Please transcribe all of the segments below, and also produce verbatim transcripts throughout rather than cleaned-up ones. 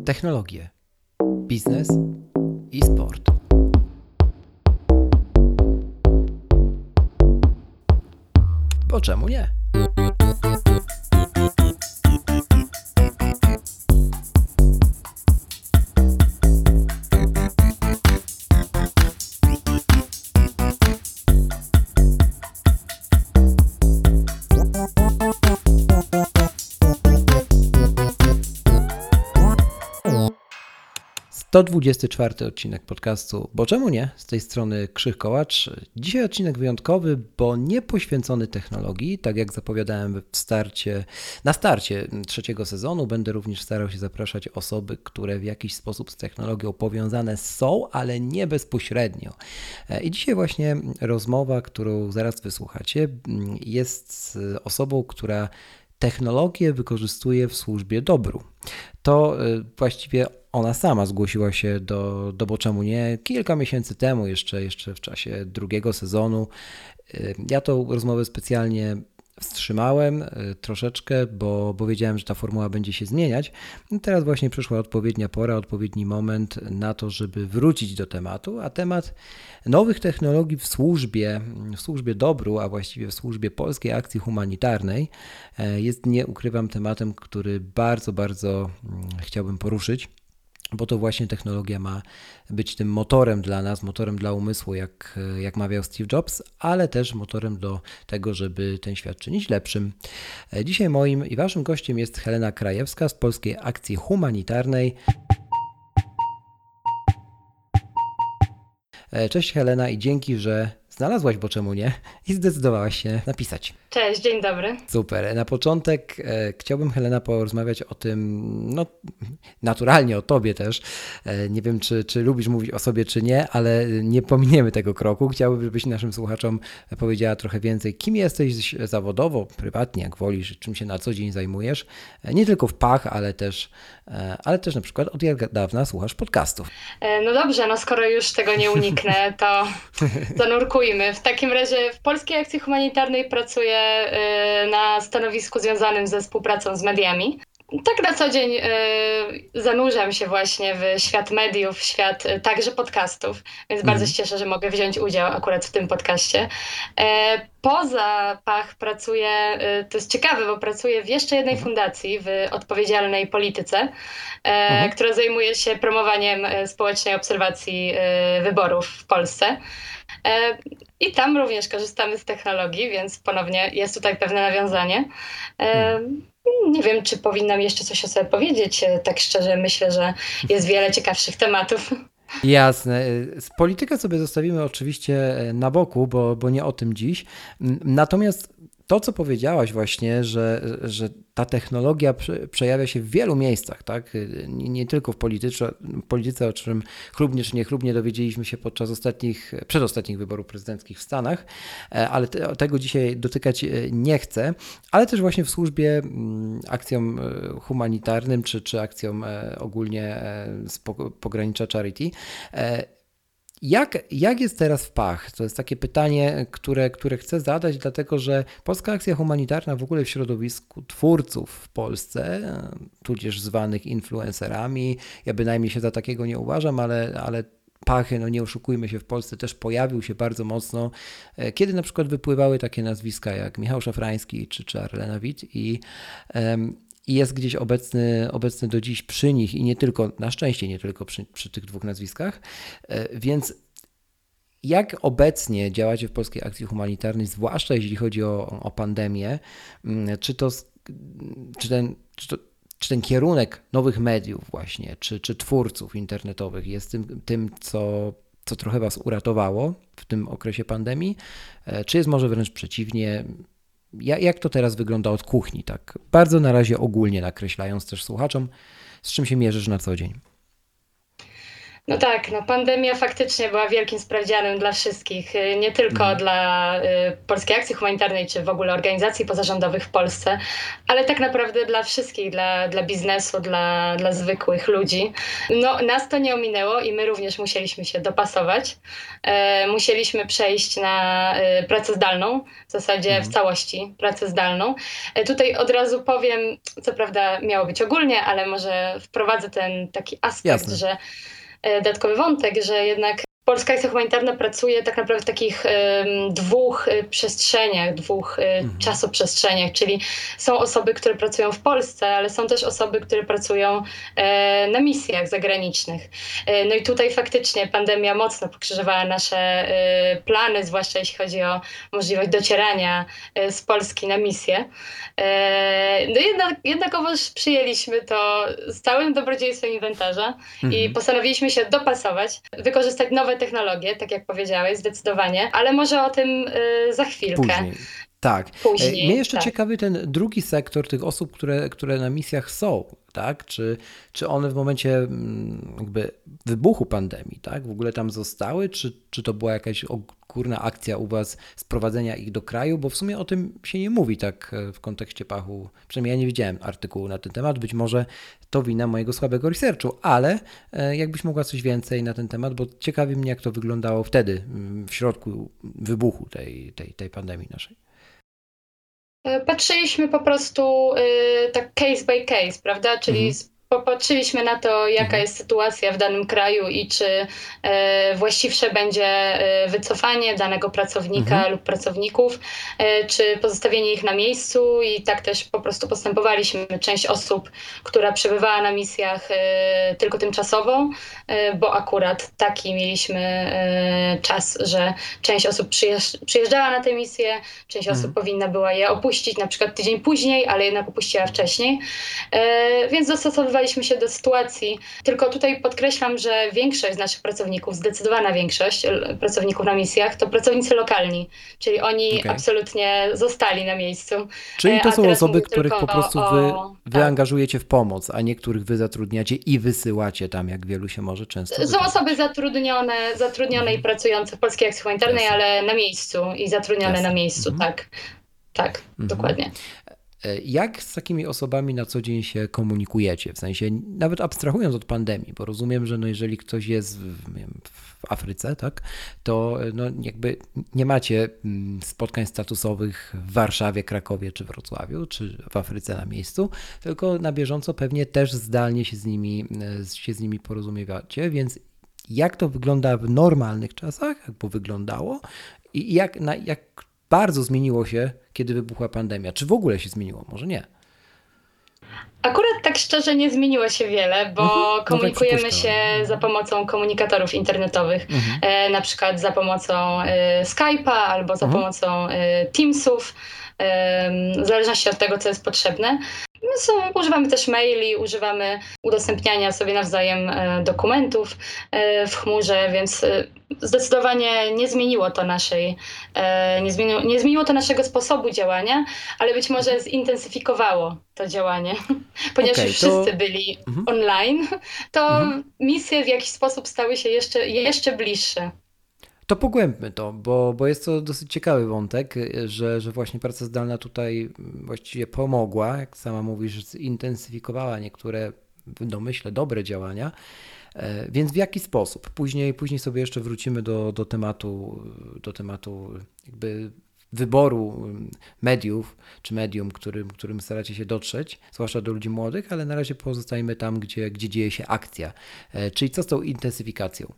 technologie, biznes i sport. Bo czemu nie? sto dwudziesty czwarty odcinek podcastu Bo czemu nie? Z tej strony Krzych Kołacz. Dzisiaj odcinek wyjątkowy, bo nie poświęcony technologii, tak jak zapowiadałem w starcie, na starcie trzeciego sezonu. Będę również starał się zapraszać osoby, które w jakiś sposób z technologią powiązane są, ale nie bezpośrednio. I dzisiaj właśnie rozmowa, którą zaraz wysłuchacie, jest z osobą, która technologię wykorzystuje w służbie dobru. To właściwie ona sama zgłosiła się do, do Bo czemu nie kilka miesięcy temu, jeszcze, jeszcze w czasie drugiego sezonu. Ja tą rozmowę specjalnie wstrzymałem troszeczkę, bo, bo wiedziałem, że ta formuła będzie się zmieniać. I teraz właśnie przyszła odpowiednia pora, odpowiedni moment na to, żeby wrócić do tematu, a temat nowych technologii w służbie, w służbie dobru, a właściwie w służbie Polskiej Akcji Humanitarnej jest, nie ukrywam, tematem, który bardzo, bardzo chciałbym poruszyć. Bo to właśnie technologia ma być tym motorem dla nas, motorem dla umysłu, jak, jak mawiał Steve Jobs, ale też motorem do tego, żeby ten świat czynić lepszym. Dzisiaj moim i waszym gościem jest Helena Krajewska z Polskiej Akcji Humanitarnej. Cześć Helena i dzięki, że znalazłaś Bo czemu nie i zdecydowałaś się napisać. Cześć, dzień dobry. Super. Na początek e, chciałbym, Helena, porozmawiać o tym, no naturalnie o tobie też. E, nie wiem, czy, czy lubisz mówić o sobie, czy nie, ale nie pominiemy tego kroku. Chciałbym, żebyś naszym słuchaczom powiedziała trochę więcej, kim jesteś zawodowo, prywatnie, jak wolisz, czym się na co dzień zajmujesz. E, nie tylko w Pach, ale też, e, ale też na przykład od jak dawna słuchasz podcastów. E, no dobrze, no skoro już tego nie uniknę, to zanurkujmy. W takim razie w Polskiej Akcji Humanitarnej pracuję na stanowisku związanym ze współpracą z mediami. Tak na co dzień y, zanurzam się właśnie w świat mediów, w świat y, także podcastów, więc mm. bardzo się cieszę, że mogę wziąć udział akurat w tym podcaście. E, poza Pach pracuję, y, to jest ciekawe, bo pracuję w jeszcze jednej mm. fundacji, w odpowiedzialnej polityce, e, mm. która zajmuje się promowaniem y, społecznej obserwacji y, wyborów w Polsce. E, I tam również korzystamy z technologii, więc ponownie jest tutaj pewne nawiązanie. E, Nie wiem, czy powinnam jeszcze coś o sobie powiedzieć. Tak szczerze myślę, że jest wiele ciekawszych tematów. Jasne. Politykę sobie zostawimy oczywiście na boku, bo, bo nie o tym dziś. Natomiast to, co powiedziałaś właśnie, że, że ta technologia przejawia się w wielu miejscach, tak? Nie, nie tylko w polityce, polityce, o czym chlubnie czy niechlubnie dowiedzieliśmy się podczas ostatnich, przedostatnich wyborów prezydenckich w Stanach, ale te, tego dzisiaj dotykać nie chcę, ale też właśnie w służbie akcjom humanitarnym czy, czy akcjom ogólnie z pogranicza charity. Jak, jak jest teraz w Pach? To jest takie pytanie, które, które chcę zadać, dlatego że Polska Akcja Humanitarna w ogóle w środowisku twórców w Polsce, tudzież zwanych influencerami, ja bynajmniej się za takiego nie uważam, ale, ale Pachy, no nie oszukujmy się, w Polsce też pojawił się bardzo mocno, kiedy na przykład wypływały takie nazwiska jak Michał Szafrański czy, czy Arlena Witt i um, I jest gdzieś obecny, obecny do dziś przy nich i nie tylko, na szczęście nie tylko przy, przy tych dwóch nazwiskach. Więc jak obecnie działacie w Polskiej Akcji Humanitarnej, zwłaszcza jeśli chodzi o, o pandemię, czy to, czy ten, czy to czy ten kierunek nowych mediów właśnie, czy, czy twórców internetowych jest tym, tym co, co trochę was uratowało w tym okresie pandemii, czy jest może wręcz przeciwnie? Jak to teraz wygląda od kuchni, tak bardzo na razie ogólnie nakreślając też słuchaczom, z czym się mierzysz na co dzień? No tak, no pandemia faktycznie była wielkim sprawdzianem dla wszystkich, y, nie tylko Mhm. dla y, Polskiej Akcji Humanitarnej, czy w ogóle organizacji pozarządowych w Polsce, ale tak naprawdę dla wszystkich, dla, dla biznesu, dla, dla zwykłych ludzi. No nas to nie ominęło i my również musieliśmy się dopasować. E, musieliśmy przejść na e, pracę zdalną, w zasadzie w Mhm. całości pracę zdalną. E, tutaj od razu powiem, co prawda miało być ogólnie, ale może wprowadzę ten taki aspekt, Jasne. że e, dodatkowy wątek, że jednak Polska Akcja Humanitarna pracuje tak naprawdę w takich em, dwóch e, przestrzeniach, dwóch e, Mhm. czasoprzestrzeniach, czyli są osoby, które pracują w Polsce, ale są też osoby, które pracują e, na misjach zagranicznych. E, no i tutaj faktycznie pandemia mocno pokrzyżowała nasze e, plany, zwłaszcza jeśli chodzi o możliwość docierania e, z Polski na misję. E, no jednak, jednakowoż przyjęliśmy to z całym dobrodziejstwem inwentarza i Mhm. postanowiliśmy się dopasować, wykorzystać nowe technologie, tak jak powiedziałeś, zdecydowanie, ale może o tym y, za chwilkę, Później. Tak. E, Mnie później, jeszcze tak. ciekawy ten drugi sektor tych osób, które, które na misjach są, tak? Czy, czy one w momencie mm, jakby wybuchu pandemii, tak? W ogóle tam zostały, czy, czy to była jakaś górna akcja u was sprowadzenia ich do kraju? Bo w sumie o tym się nie mówi tak e, w kontekście Pachu. Przynajmniej ja nie widziałem artykułu na ten temat. Być może to wina mojego słabego researchu, ale e, jakbyś mogła coś więcej na ten temat, bo ciekawi mnie, jak to wyglądało wtedy, mm, w środku wybuchu tej, tej, tej pandemii naszej. E, Patrzyliśmy po prostu y, tak case by case, prawda? Czyli Mhm. s- popatrzyliśmy na to, jaka Mhm. jest sytuacja w danym kraju i czy e, właściwsze będzie e, wycofanie danego Mhm. pracownika lub pracowników, e, czy pozostawienie ich na miejscu i tak też po prostu postępowaliśmy. Część osób, która przebywała na misjach e, tylko tymczasowo, e, bo akurat taki mieliśmy e, czas, że część osób przyjeżdż- przyjeżdżała na te misje, część osób Mhm. powinna była je opuścić na przykład tydzień później, ale jednak opuściła wcześniej. E, więc dostosowywaliśmy się do sytuacji. Tylko tutaj podkreślam, że większość z naszych pracowników, zdecydowana większość l- pracowników na misjach to pracownicy lokalni, czyli oni Okej. absolutnie zostali na miejscu. Czyli E, to a są teraz osoby, mówię których tylko po o, prostu wy, o wy tak. angażujecie w pomoc, a nie których wy zatrudniacie i wysyłacie tam, jak wielu się może często Są osoby wydawać. zatrudnione, zatrudnione i Mhm. pracujące w Polskiej Akcji Humanitarnej, Jasne, ale na miejscu i zatrudnione na jasne. miejscu, Mhm. tak. Tak, Mhm. dokładnie. E, Jak z takimi osobami na co dzień się komunikujecie? W sensie, nawet abstrahując od pandemii, bo rozumiem, że no jeżeli ktoś jest w, nie wiem, w Afryce, tak, to e, no jakby nie macie mm, spotkań statusowych w Warszawie, Krakowie czy Wrocławiu, czy w Afryce na miejscu, tylko na bieżąco pewnie też zdalnie się z nimi, e, się z nimi porozumiewacie, więc jak to wygląda w normalnych czasach, jakby wyglądało i jak, na, jak bardzo zmieniło się, kiedy wybuchła pandemia. Czy w ogóle się zmieniło? Może nie. Akurat tak szczerze nie zmieniło się wiele, bo Mhm. No tak komunikujemy się przypuszczałem. za Mhm. pomocą komunikatorów internetowych, Mhm. e, na przykład za pomocą e, Skype'a albo za Mhm. pomocą e, Teamsów, e, w zależności od tego, co jest potrzebne. My są, używamy też maili, używamy udostępniania sobie nawzajem e, dokumentów e, w chmurze, więc e, zdecydowanie nie zmieniło to naszej, e, nie, zmieniło, nie zmieniło to naszego sposobu działania, ale być może zintensyfikowało to działanie. Ponieważ już Okej, wszyscy to byli mhm. online, to Mhm. misje w jakiś sposób stały się jeszcze, jeszcze bliższe. To pogłębmy to, bo, bo jest to dosyć ciekawy wątek, że, że właśnie praca zdalna tutaj właściwie pomogła, jak sama mówisz, zintensyfikowała niektóre w domyśle dobre działania. E, Więc w jaki sposób? Później, później sobie jeszcze wrócimy do, do tematu, do tematu jakby wyboru mediów, czy medium, którym, którym staracie się dotrzeć, zwłaszcza do ludzi młodych, ale na razie pozostajemy tam, gdzie, gdzie dzieje się akcja. E, Czyli co z tą intensyfikacją?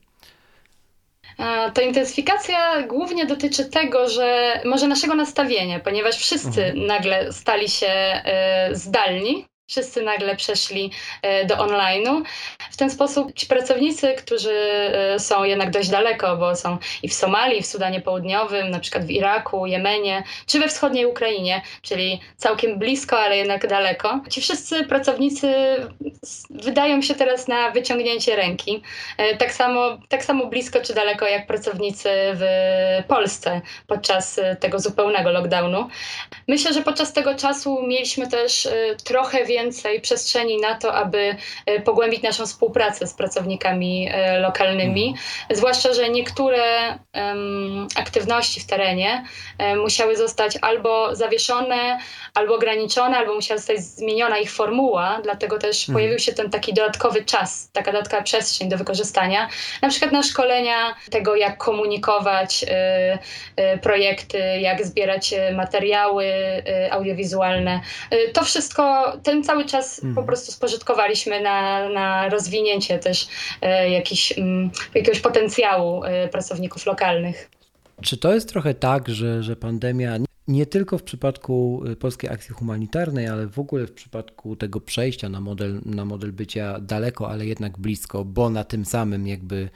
A ta intensyfikacja głównie dotyczy tego, że może naszego nastawienia, ponieważ wszyscy Mhm. nagle stali się e, zdalni. Wszyscy nagle przeszli e, do online'u. W ten sposób ci pracownicy, którzy e, są jednak dość daleko, bo są i w Somalii, w Sudanie Południowym, na przykład w Iraku, Jemenie, czy we wschodniej Ukrainie, czyli całkiem blisko, ale jednak daleko. Ci wszyscy pracownicy s- wydają się teraz na wyciągnięcie ręki. E, Tak samo, tak samo blisko czy daleko jak pracownicy w Polsce podczas e, tego zupełnego lockdownu. Myślę, że podczas tego czasu mieliśmy też y, trochę więcej przestrzeni na to, aby pogłębić naszą współpracę z pracownikami lokalnymi. Mm. Zwłaszcza, że niektóre um, aktywności w terenie um, musiały zostać albo zawieszone, albo ograniczone, albo musiała zostać zmieniona ich formuła, dlatego też mm. pojawił się ten taki dodatkowy czas, taka dodatkowa przestrzeń do wykorzystania. Na przykład na szkolenia tego, jak komunikować y, y, projekty, jak zbierać materiały y, audiowizualne. Y, to wszystko, ten cały czas mm. po prostu spożytkowaliśmy na, na rozwinięcie też y, jakiś, y, jakiegoś potencjału y, pracowników lokalnych. Czy to jest trochę tak, że, że pandemia nie tylko w przypadku Polskiej Akcji Humanitarnej, ale w ogóle w przypadku tego przejścia na model, na model bycia daleko, ale jednak blisko, bo na tym samym jakby,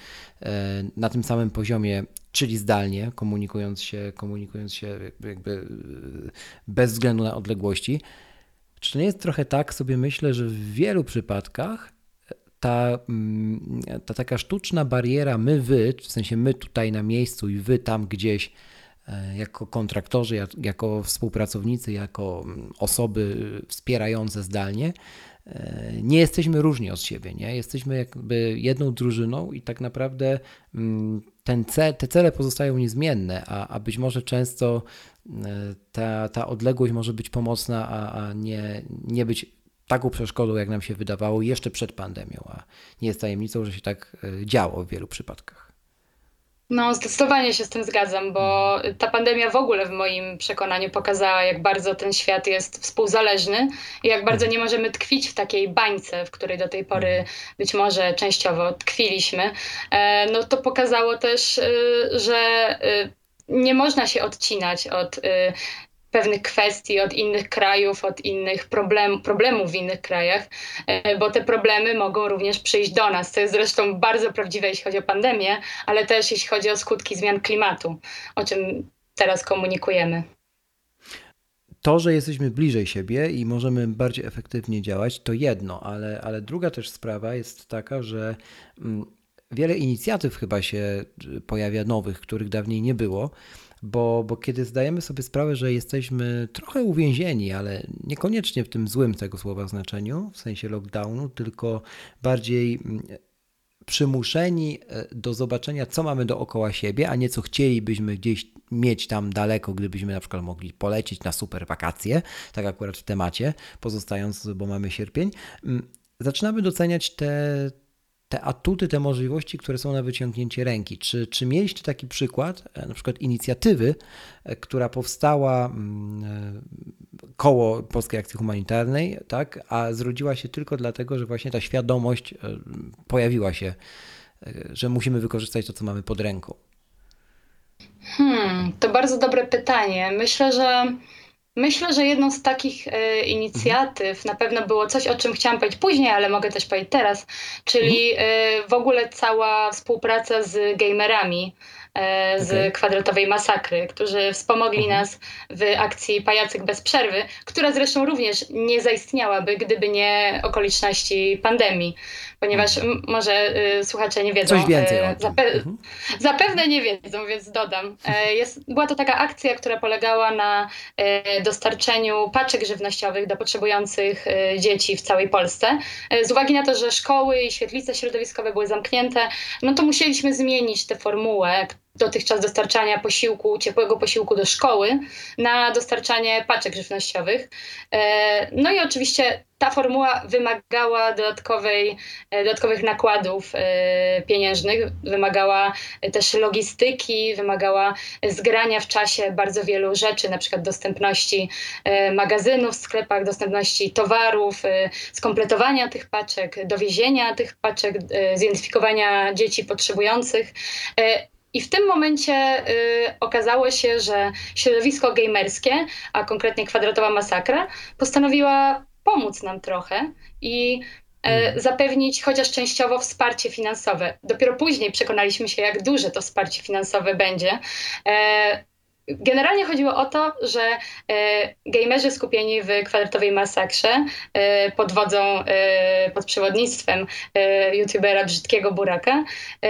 na tym samym poziomie, czyli zdalnie, komunikując się, komunikując się jakby bez względu na odległości. Czy to nie jest trochę tak, sobie myślę, że w wielu przypadkach ta, ta taka sztuczna bariera my, wy, w sensie my tutaj na miejscu i wy tam gdzieś, jako kontraktorzy, jak, jako współpracownicy, jako osoby wspierające zdalnie, nie jesteśmy różni od siebie, nie? Jesteśmy jakby jedną drużyną i tak naprawdę ten cel, te cele pozostają niezmienne, a, a być może często ta, ta odległość może być pomocna, a, a nie, nie być taką przeszkodą, jak nam się wydawało jeszcze przed pandemią, a nie jest tajemnicą, że się tak działo w wielu przypadkach. No, zdecydowanie się z tym zgadzam, bo ta pandemia w ogóle w moim przekonaniu pokazała, jak bardzo ten świat jest współzależny i jak bardzo nie możemy tkwić w takiej bańce, w której do tej pory być może częściowo tkwiliśmy. No to pokazało też, że nie można się odcinać od pewnych kwestii od innych krajów, od innych problem, problemów w innych krajach, bo te problemy mogą również przyjść do nas, co jest zresztą bardzo prawdziwe, jeśli chodzi o pandemię, ale też jeśli chodzi o skutki zmian klimatu, o czym teraz komunikujemy. To, że jesteśmy bliżej siebie i możemy bardziej efektywnie działać, to jedno, ale, ale druga też sprawa jest taka, że wiele inicjatyw chyba się pojawia nowych, których dawniej nie było, Bo, bo kiedy zdajemy sobie sprawę, że jesteśmy trochę uwięzieni, ale niekoniecznie w tym złym tego słowa znaczeniu, w sensie lockdownu, tylko bardziej przymuszeni do zobaczenia, co mamy dookoła siebie, a nie co chcielibyśmy gdzieś mieć tam daleko, gdybyśmy na przykład mogli polecieć na super wakacje, tak akurat w temacie, pozostając, bo mamy sierpień, zaczynamy doceniać te te atuty, te możliwości, które są na wyciągnięcie ręki. Czy, czy mieliście taki przykład, na przykład inicjatywy, która powstała koło Polskiej Akcji Humanitarnej, tak, a zrodziła się tylko dlatego, że właśnie ta świadomość pojawiła się, że musimy wykorzystać to, co mamy pod ręką? Hmm, to bardzo dobre pytanie. Myślę, że Myślę, że jedną z takich e, inicjatyw na pewno było coś, o czym chciałam powiedzieć później, ale mogę też powiedzieć teraz, czyli e, w ogóle cała współpraca z gamerami e, z okay. Kwadratowej Masakry, którzy wspomogli uh-huh. nas w akcji Pajacyk bez przerwy, która zresztą również nie zaistniałaby, gdyby nie okoliczności pandemii. Ponieważ m- może y, słuchacze nie wiedzą. Coś więcej o y, zape- mhm. Zapewne nie wiedzą, więc dodam. Y, jest, była to taka akcja, która polegała na y, dostarczeniu paczek żywnościowych do potrzebujących y, dzieci w całej Polsce. Y, z uwagi na to, że szkoły i świetlice środowiskowe były zamknięte, no to musieliśmy zmienić tę formułę dotychczas dostarczania posiłku, ciepłego posiłku do szkoły na dostarczanie paczek żywnościowych. No i oczywiście ta formuła wymagała dodatkowej, dodatkowych nakładów pieniężnych, wymagała też logistyki, wymagała zgrania w czasie bardzo wielu rzeczy, na przykład dostępności magazynów w sklepach, dostępności towarów, skompletowania tych paczek, dowiezienia tych paczek, zidentyfikowania dzieci potrzebujących. I w tym momencie y, okazało się, że środowisko gamerskie, a konkretnie Kwadratowa Masakra, postanowiła pomóc nam trochę i y, mm. zapewnić chociaż częściowo wsparcie finansowe. Dopiero później przekonaliśmy się, jak duże to wsparcie finansowe będzie. Y, Generalnie chodziło o to, że y, gamerzy skupieni w Kwadratowej Masakrze y, pod wodzą, y, pod przewodnictwem y, youtubera Brzydkiego Buraka y,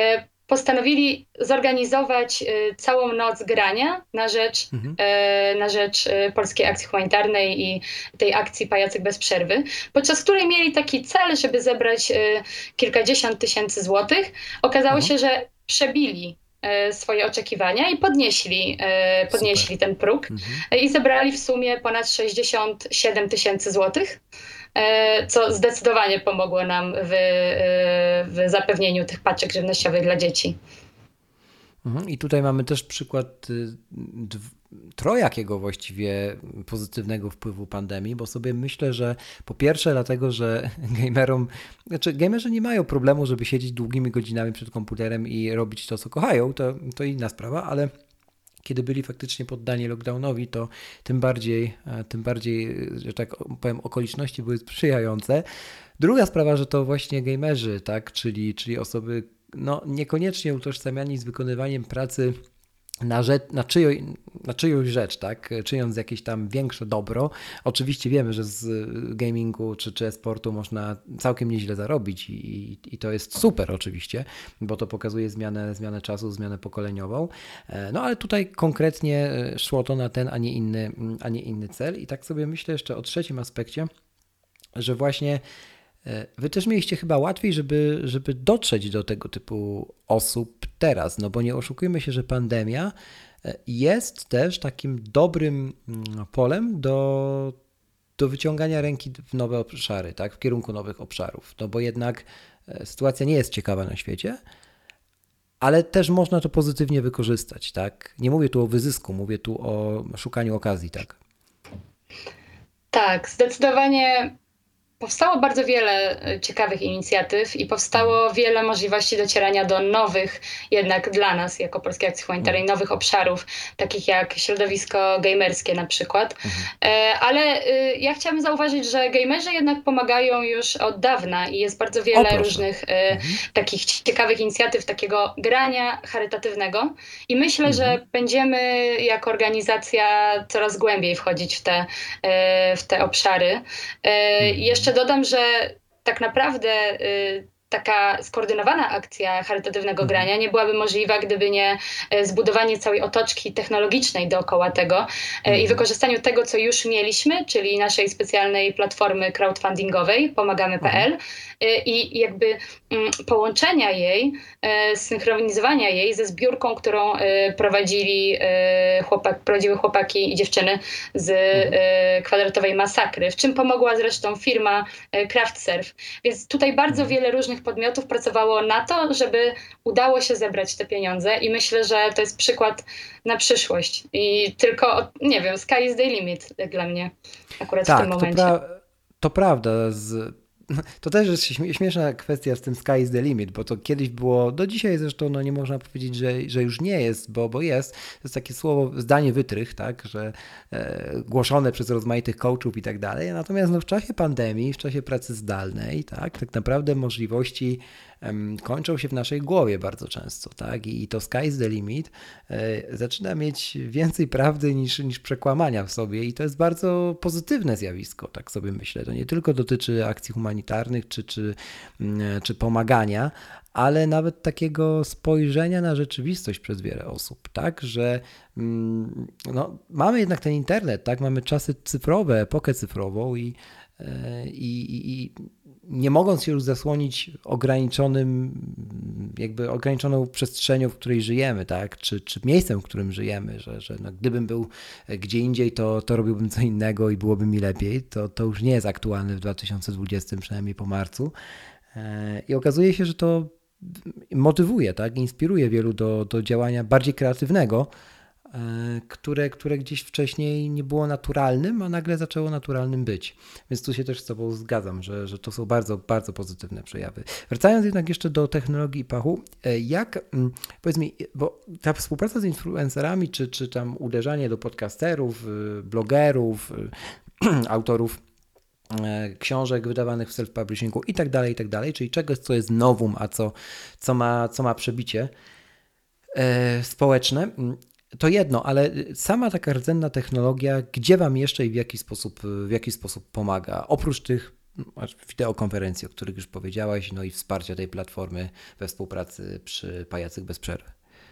postanowili zorganizować całą noc grania na rzecz, mhm. na rzecz Polskiej Akcji Humanitarnej i tej akcji Pajacyk bez przerwy, podczas której mieli taki cel, żeby zebrać kilkadziesiąt tysięcy złotych. Okazało mhm. się, że przebili swoje oczekiwania i podnieśli, podnieśli Super. ten próg mhm. i zebrali w sumie ponad sześćdziesiąt siedem tysięcy złotych, co zdecydowanie pomogło nam w, w zapewnieniu tych paczek żywnościowych dla dzieci. I tutaj mamy też przykład trojakiego właściwie pozytywnego wpływu pandemii, bo sobie myślę, że po pierwsze dlatego, że gamerom, znaczy gamerzy nie mają problemu, żeby siedzieć długimi godzinami przed komputerem i robić to, co kochają, to, to inna sprawa, ale kiedy byli faktycznie poddani lockdownowi, to tym bardziej, tym bardziej, że tak powiem, okoliczności były sprzyjające. Druga sprawa, że to właśnie gamerzy, tak, czyli, czyli osoby no, niekoniecznie utożsamiani z wykonywaniem pracy na, rzecz, na, czyjo, na czyjąś rzecz, tak, czyniąc jakieś tam większe dobro. Oczywiście wiemy, że z gamingu czy, czy e-sportu można całkiem nieźle zarobić i, i, i to jest super oczywiście, bo to pokazuje zmianę, zmianę czasu, zmianę pokoleniową. No ale tutaj konkretnie szło to na ten, a nie inny, a nie inny cel. I tak sobie myślę jeszcze o trzecim aspekcie, że właśnie wy też mieliście chyba łatwiej, żeby, żeby dotrzeć do tego typu osób teraz, no bo nie oszukujmy się, że pandemia jest też takim dobrym polem do, do wyciągania ręki w nowe obszary, tak, w kierunku nowych obszarów, no bo jednak sytuacja nie jest ciekawa na świecie, ale też można to pozytywnie wykorzystać, tak. Nie mówię tu o wyzysku, mówię tu o szukaniu okazji, tak. Tak, zdecydowanie. Powstało bardzo wiele ciekawych inicjatyw i powstało wiele możliwości docierania do nowych, jednak dla nas jako Polskiej Akcji Humanitarnej, nowych obszarów, takich jak środowisko gamerskie na przykład. Mhm. Ale ja chciałabym zauważyć, że gamerzy jednak pomagają już od dawna i jest bardzo wiele różnych mhm. takich ciekawych inicjatyw, takiego grania charytatywnego i myślę, mhm. że będziemy jako organizacja coraz głębiej wchodzić w te, w te obszary. Mhm. Jeszcze dodam, że tak naprawdę y, taka skoordynowana akcja charytatywnego mhm. grania nie byłaby możliwa, gdyby nie zbudowanie całej otoczki technologicznej dookoła tego mhm. y, i wykorzystaniu tego, co już mieliśmy, czyli naszej specjalnej platformy crowdfundingowej pomagamy kropka p l mhm. y, i jakby y, połączenia jej, y, synchronizowania jej ze zbiórką, którą y, prowadzili, y, chłopak, prowadziły chłopaki i dziewczyny z mhm. y, kwadratowej masakry, w czym pomogła zresztą firma y, CraftServe. Więc tutaj bardzo mhm. wiele różnych podmiotów pracowało na to, żeby udało się zebrać te pieniądze i myślę, że to jest przykład na przyszłość i tylko, nie wiem, sky is the limit dla mnie akurat tak, w tym momencie. To, pra- to prawda. Z... To też jest śmieszna kwestia z tym sky is the limit, bo to kiedyś było, do dzisiaj zresztą no nie można powiedzieć, że, że już nie jest, bo, bo jest. To jest takie słowo, zdanie wytrych, tak, że e, głoszone przez rozmaitych coachów i tak dalej. Natomiast no, w czasie pandemii, w czasie pracy zdalnej, tak, tak naprawdę możliwości em, kończą się w naszej głowie bardzo często, tak, i, i to sky is the limit e, zaczyna mieć więcej prawdy niż, niż przekłamania w sobie i to jest bardzo pozytywne zjawisko, tak sobie myślę. To nie tylko dotyczy akcji humanitarnych, czy, czy, czy pomagania, ale nawet takiego spojrzenia na rzeczywistość przez wiele osób, tak, że no, mamy jednak ten internet, tak, mamy czasy cyfrowe, epokę cyfrową i, i, i nie mogąc się już zasłonić ograniczonym, jakby ograniczoną przestrzenią, w której żyjemy, tak, czy, czy miejscem, w którym żyjemy, że, że no, gdybym był gdzie indziej, to, to robiłbym co innego i byłoby mi lepiej, to, to już nie jest aktualne w dwa tysiące dwudziestym, przynajmniej po marcu. I okazuje się, że to motywuje, tak, inspiruje wielu do, do działania bardziej kreatywnego, które, które gdzieś wcześniej nie było naturalnym, a nagle zaczęło naturalnym być. Więc tu się też z Tobą zgadzam, że, że to są bardzo, bardzo pozytywne przejawy. Wracając jednak jeszcze do technologii i pachu, jak, powiedz mi, bo ta współpraca z influencerami, czy, czy tam uderzanie do podcasterów, blogerów, autorów książek wydawanych w self-publishingu i tak dalej, i tak dalej, czyli czegoś, co jest nowum, a co, co, ma, co ma przebicie społeczne, to jedno, ale sama taka rdzenna technologia, gdzie Wam jeszcze i w jaki sposób, w jaki sposób pomaga? Oprócz tych wideokonferencji, o których już powiedziałaś, no i wsparcia tej platformy we współpracy przy Pajacyk bez przerwy?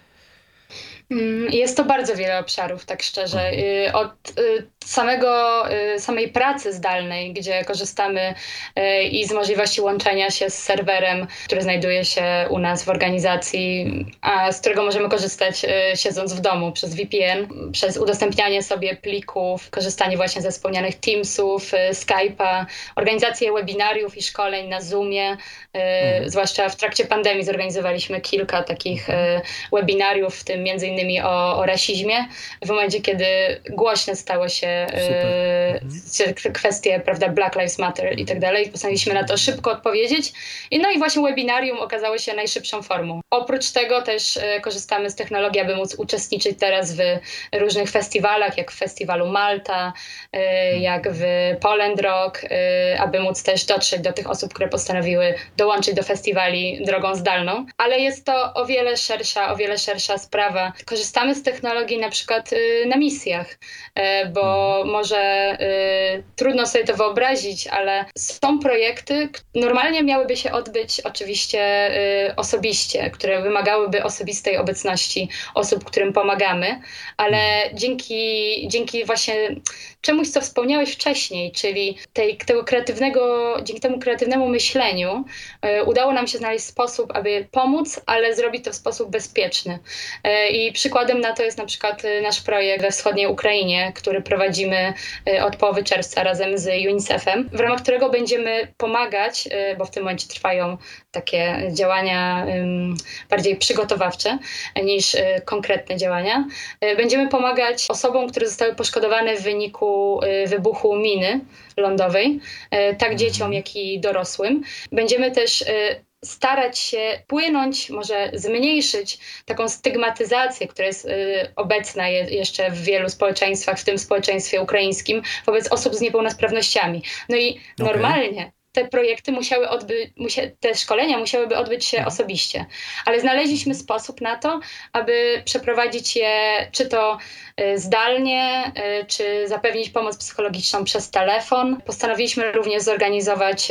Jest to bardzo wiele obszarów, tak szczerze. Mhm. Y, Od y, samego, y, samej pracy zdalnej, gdzie korzystamy y, i z możliwości łączenia się z serwerem, który znajduje się u nas w organizacji, a z którego możemy korzystać y, siedząc w domu przez V P N, przez udostępnianie sobie plików, korzystanie właśnie ze wspomnianych Teamsów, y, Skype'a, organizację webinariów i szkoleń na Zoomie. Y, Mhm. Zwłaszcza w trakcie pandemii zorganizowaliśmy kilka takich y, webinariów, w tym między innymi o, o rasizmie, w momencie, kiedy głośne stało się e, Mhm. kwestie, prawda, Black Lives Matter i tak dalej. Postanowiliśmy na to szybko odpowiedzieć. I no i właśnie webinarium okazało się najszybszą formą. Oprócz tego też e, korzystamy z technologii, aby móc uczestniczyć teraz w różnych festiwalach, jak w festiwalu Malta, e, jak w Poland Rock, e, aby móc też dotrzeć do tych osób, które postanowiły dołączyć do festiwali drogą zdalną. Ale jest to o wiele szersza, o wiele szersza sprawa. Korzystamy z technologii na przykład y, na misjach, y, bo może y, trudno sobie to wyobrazić, ale są projekty, k- normalnie miałyby się odbyć oczywiście y, osobiście, które wymagałyby osobistej obecności osób, którym pomagamy, ale dzięki, dzięki właśnie czemuś, co wspomniałeś wcześniej, czyli tej, tego kreatywnego, dzięki temu kreatywnemu myśleniu y, udało nam się znaleźć sposób, aby pomóc, ale zrobić to w sposób bezpieczny. I przykładem na to jest na przykład nasz projekt we wschodniej Ukrainie, który prowadzimy od połowy czerwca razem z UNICEF-em, w ramach którego będziemy pomagać, bo w tym momencie trwają takie działania bardziej przygotowawcze niż konkretne działania. Będziemy pomagać osobom, które zostały poszkodowane w wyniku wybuchu miny lądowej, tak dzieciom, jak i dorosłym. Będziemy też starać się płynąć, może zmniejszyć taką stygmatyzację, która jest y, obecna je, jeszcze w wielu społeczeństwach, w tym społeczeństwie ukraińskim, wobec osób z niepełnosprawnościami. No i Okej. normalnie te projekty musiały odbyć, musia, te szkolenia musiałyby odbyć się osobiście, ale znaleźliśmy sposób na to, aby przeprowadzić je czy to y, zdalnie, y, czy zapewnić pomoc psychologiczną przez telefon. Postanowiliśmy również zorganizować y,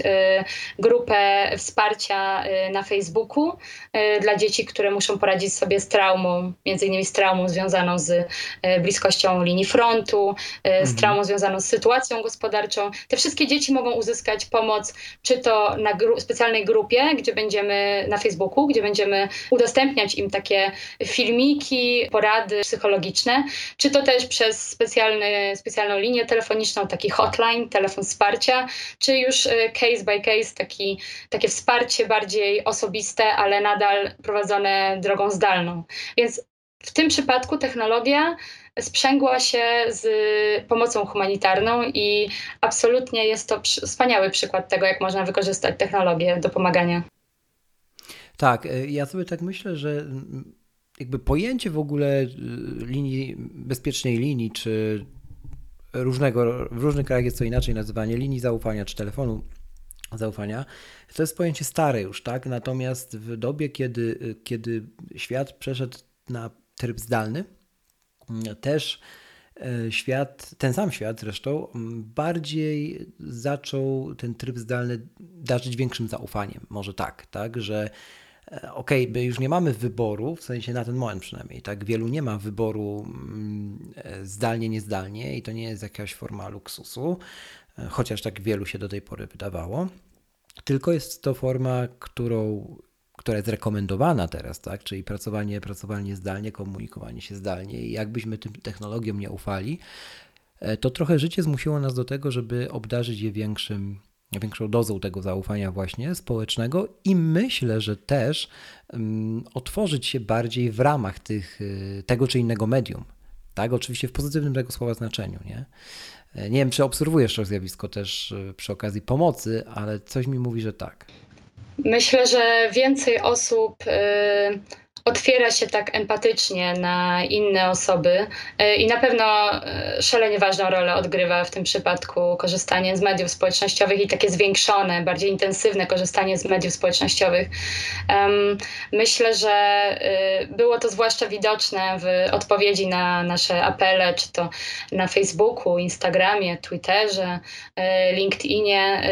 grupę wsparcia y, na Facebooku y, dla dzieci, które muszą poradzić sobie z traumą, między innymi z traumą związaną z y, bliskością linii frontu, y, z Mhm. traumą związaną z sytuacją gospodarczą. Te wszystkie dzieci mogą uzyskać pomoc, czy to na gru- specjalnej grupie, gdzie będziemy na Facebooku, gdzie będziemy udostępniać im takie filmiki, porady psychologiczne, czy to też przez specjalny, specjalną linię telefoniczną, taki hotline, telefon wsparcia, czy już y, case by case, taki, takie wsparcie bardziej osobiste, ale nadal prowadzone drogą zdalną. Więc w tym przypadku technologia sprzęgła się z pomocą humanitarną i absolutnie jest to przy- wspaniały przykład tego, jak można wykorzystać technologię do pomagania. Tak, y, ja sobie tak myślę, że mm, jakby pojęcie w ogóle y, linii, bezpiecznej linii, czy różnego, w różnych krajach jest to inaczej nazywanie linii zaufania, czy telefonu zaufania, to jest pojęcie stare już, tak? Natomiast w dobie, kiedy, y, kiedy świat przeszedł na tryb zdalny, mm, też e, świat, ten sam świat zresztą, mm, bardziej zaczął ten tryb zdalny darzyć większym zaufaniem. Może tak, tak, że e, okej, my już nie mamy wyboru, w sensie na ten moment przynajmniej, tak, wielu nie ma wyboru mm, e, zdalnie, niezdalnie i to nie jest jakaś forma luksusu, e, chociaż tak wielu się do tej pory wydawało, tylko jest to forma, którą, która jest rekomendowana teraz, tak? Czyli pracowanie, pracowanie zdalnie, komunikowanie się zdalnie. I jakbyśmy tym technologiom nie ufali, e, to trochę życie zmusiło nas do tego, żeby obdarzyć je większym, większą dozą tego zaufania właśnie społecznego i myślę, że też um, otworzyć się bardziej w ramach tych, y, tego czy innego medium. Tak, oczywiście w pozytywnym tego słowa znaczeniu, nie? E, Nie wiem, czy obserwujesz to zjawisko też y, przy okazji pomocy, ale coś mi mówi, że tak. Myślę, że więcej osób y, otwiera się tak empatycznie na inne osoby y, i na pewno y, szalenie ważną rolę odgrywa w tym przypadku korzystanie z mediów społecznościowych i takie zwiększone, bardziej intensywne korzystanie z mediów społecznościowych. Em, myślę, że y, było to zwłaszcza widoczne w odpowiedzi na nasze apele, czy to na Facebooku, Instagramie, Twitterze, y, LinkedInie. Y,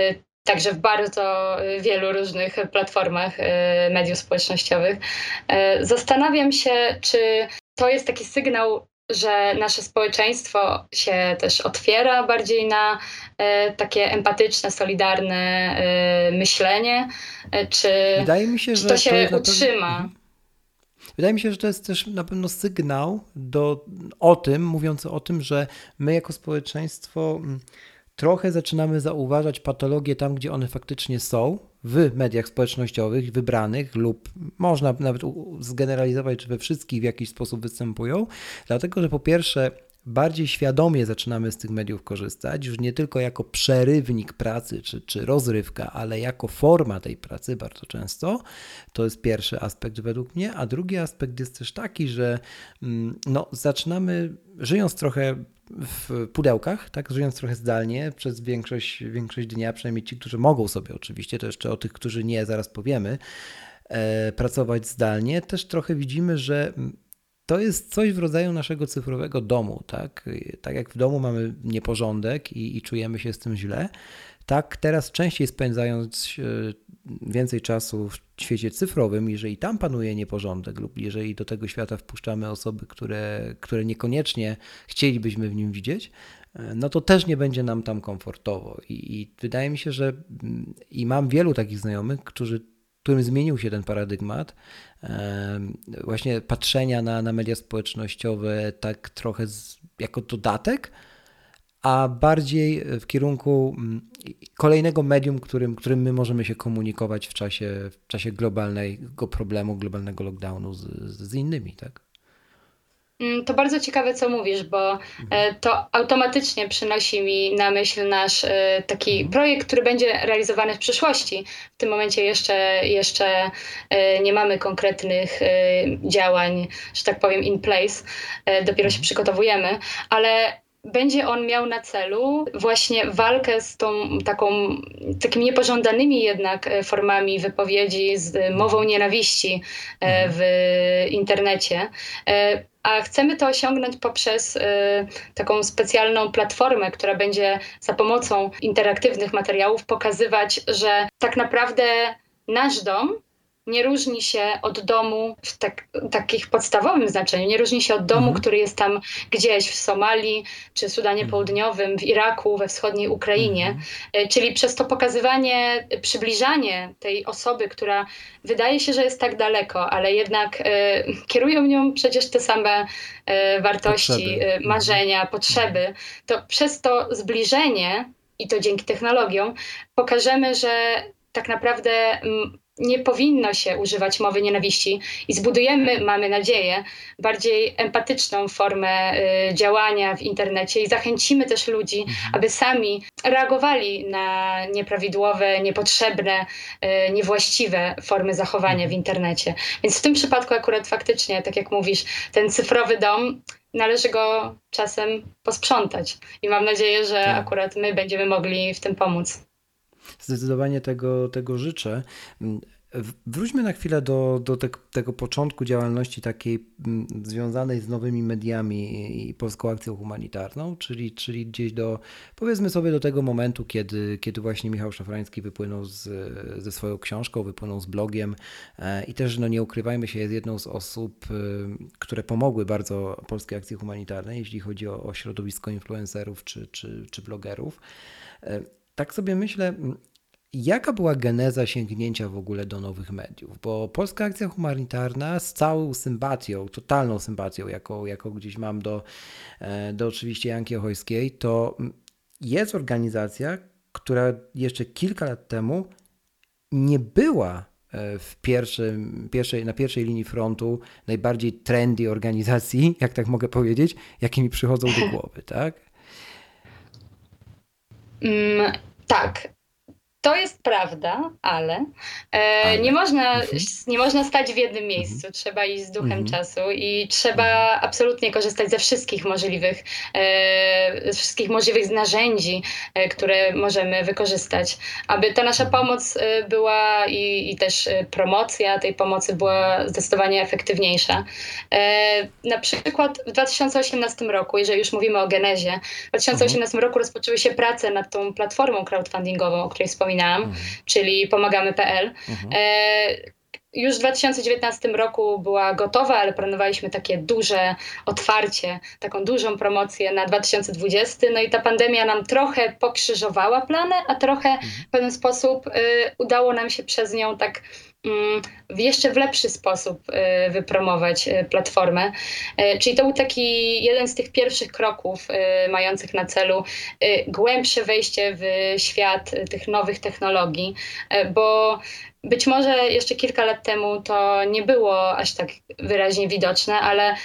także w bardzo wielu różnych platformach mediów społecznościowych. Zastanawiam się, czy to jest taki sygnał, że nasze społeczeństwo się też otwiera bardziej na takie empatyczne, solidarne myślenie, czy, Wydaje mi się, czy że to to się jest na pewno. utrzyma. Mhm. Wydaje mi się, że to jest też na pewno sygnał do, o tym, mówiący o tym, że my jako społeczeństwo trochę zaczynamy zauważać patologie tam, gdzie one faktycznie są, w mediach społecznościowych wybranych lub można nawet zgeneralizować, że we wszystkich w jakiś sposób występują, dlatego że po pierwsze bardziej świadomie zaczynamy z tych mediów korzystać, już nie tylko jako przerywnik pracy czy, czy rozrywka, ale jako forma tej pracy bardzo często. To jest pierwszy aspekt według mnie, a drugi aspekt jest też taki, że no, zaczynamy, żyjąc trochę w pudełkach, tak, żyjąc trochę zdalnie przez większość, większość dnia, przynajmniej ci, którzy mogą sobie oczywiście, to jeszcze o tych, którzy nie, zaraz powiemy, e, pracować zdalnie, też trochę widzimy, że to jest coś w rodzaju naszego cyfrowego domu, tak? Tak jak w domu mamy nieporządek i, i czujemy się z tym źle, tak teraz częściej spędzając więcej czasu w świecie cyfrowym, jeżeli tam panuje nieporządek lub jeżeli do tego świata wpuszczamy osoby, które, które niekoniecznie chcielibyśmy w nim widzieć, no to też nie będzie nam tam komfortowo. I, i wydaje mi się, że i mam wielu takich znajomych, którzy którym zmienił się ten paradygmat właśnie patrzenia na, na media społecznościowe tak trochę z, jako dodatek, a bardziej w kierunku kolejnego medium, którym, którym my możemy się komunikować w czasie, w czasie globalnego problemu, globalnego lockdownu z, z innymi, tak? To bardzo ciekawe, co mówisz, bo to automatycznie przynosi mi na myśl nasz taki projekt, który będzie realizowany w przyszłości. W tym momencie jeszcze, jeszcze nie mamy konkretnych działań, że tak powiem, in place. Dopiero się przygotowujemy, ale będzie on miał na celu właśnie walkę z tą taką, takimi niepożądanymi jednak formami wypowiedzi, z mową nienawiści w internecie. A chcemy to osiągnąć poprzez y, taką specjalną platformę, która będzie za pomocą interaktywnych materiałów pokazywać, że tak naprawdę nasz dom nie różni się od domu w tak, takich podstawowym znaczeniu, nie różni się od domu, mhm. który jest tam gdzieś w Somalii, czy Sudanie mhm. Południowym, w Iraku, we wschodniej Ukrainie. Mhm. Czyli przez to pokazywanie, przybliżanie tej osoby, która wydaje się, że jest tak daleko, ale jednak y, kierują nią przecież te same y, wartości, y, marzenia, mhm. potrzeby, to przez to zbliżenie, i to dzięki technologiom, pokażemy, że tak naprawdę m, nie powinno się używać mowy nienawiści i zbudujemy, mamy nadzieję, bardziej empatyczną formę y, działania w internecie i zachęcimy też ludzi, mhm. aby sami reagowali na nieprawidłowe, niepotrzebne, y, niewłaściwe formy zachowania mhm. w internecie. Więc w tym przypadku akurat faktycznie, tak jak mówisz, ten cyfrowy dom, należy go czasem posprzątać i mam nadzieję, że tak. akurat my będziemy mogli w tym pomóc. Zdecydowanie tego, tego życzę. Wróćmy na chwilę do, do te, tego początku działalności takiej związanej z nowymi mediami i Polską Akcją Humanitarną, czyli, czyli gdzieś do, powiedzmy sobie, do tego momentu, kiedy, kiedy właśnie Michał Szafrański wypłynął z, ze swoją książką, wypłynął z blogiem i też, no nie ukrywajmy się, jest jedną z osób, które pomogły bardzo Polskiej Akcji Humanitarnej, jeśli chodzi o, o środowisko influencerów czy, czy, czy blogerów. Tak sobie myślę, jaka była geneza sięgnięcia w ogóle do nowych mediów? Bo Polska Akcja Humanitarna z całą sympatią, totalną sympatią, jaką, jaką gdzieś mam do, do oczywiście Janki Ochojskiej, to jest organizacja, która jeszcze kilka lat temu nie była w pierwszym, pierwszej, na pierwszej linii frontu najbardziej trendy organizacji, jak tak mogę powiedzieć, jakie mi przychodzą do głowy, tak? Mm, tak. To jest prawda, ale, e, ale. Nie, można, mhm. nie można stać w jednym miejscu. Mhm. Trzeba iść z duchem mhm. czasu i trzeba mhm. absolutnie korzystać ze wszystkich możliwych, e, wszystkich możliwych narzędzi, e, które możemy wykorzystać, aby ta nasza pomoc e, była i, i też promocja tej pomocy była zdecydowanie efektywniejsza. E, na przykład w dwa tysiące osiemnastym roku, jeżeli już mówimy o genezie, w dwa tysiące osiemnastym mhm. roku rozpoczęły się prace nad tą platformą crowdfundingową, o której wspominałam. wspominałam, Mhm. czyli pomagamy kropka pe el. Mhm. E, Już w dwa tysiące dziewiętnastym roku była gotowa, ale planowaliśmy takie duże otwarcie, taką dużą promocję na dwa tysiące dwudziesty. No i ta pandemia nam trochę pokrzyżowała plany, a trochę Mhm. w pewien sposób y, udało nam się przez nią tak mm, w jeszcze w lepszy sposób y, wypromować y, platformę. Y, czyli to był taki jeden z tych pierwszych kroków y, mających na celu y, głębsze wejście w świat y, tych nowych technologii, y, bo być może jeszcze kilka lat temu to nie było aż tak wyraźnie widoczne, ale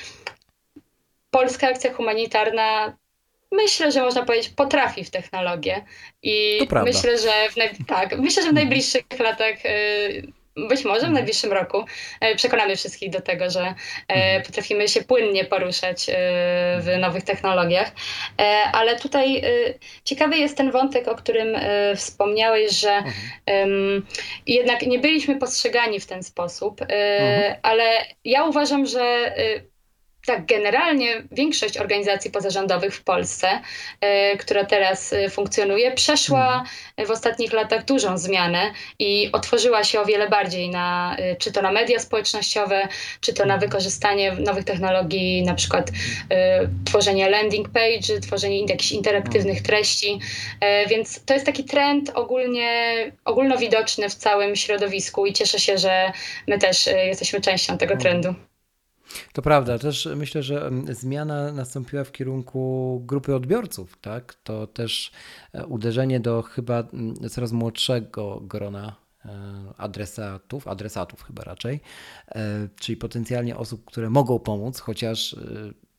polska akcja humanitarna, myślę, że można powiedzieć, potrafi w technologię. I To prawda. myślę, że w naj... tak, myślę, że w Mhm. najbliższych latach, y, być może w Mhm. najbliższym roku, y, przekonamy wszystkich do tego, że y, Mhm. potrafimy się płynnie poruszać y, w Mhm. nowych technologiach. Y, Ale tutaj y, ciekawy jest ten wątek, o którym y, wspomniałeś, że Mhm. ym, jednak nie byliśmy postrzegani w ten sposób, y, Mhm. ale ja uważam, że y, tak, generalnie większość organizacji pozarządowych w Polsce, y, która teraz y, funkcjonuje, przeszła Mhm. w ostatnich latach dużą zmianę i otworzyła się o wiele bardziej na, y, czy to na media społecznościowe, czy to na Mhm. wykorzystanie nowych technologii, na przykład y, tworzenie landing page, tworzenie jakichś interaktywnych treści. Y, więc to jest taki trend ogólnie, ogólnowidoczny w całym środowisku i cieszę się, że my też y, jesteśmy częścią tego Mhm. trendu. To prawda, też myślę, że mm, zmiana nastąpiła w kierunku grupy odbiorców, tak? To też e, uderzenie do chyba mm, coraz młodszego grona e, adresatów, adresatów chyba raczej, e, czyli potencjalnie osób, które mogą pomóc, chociaż e,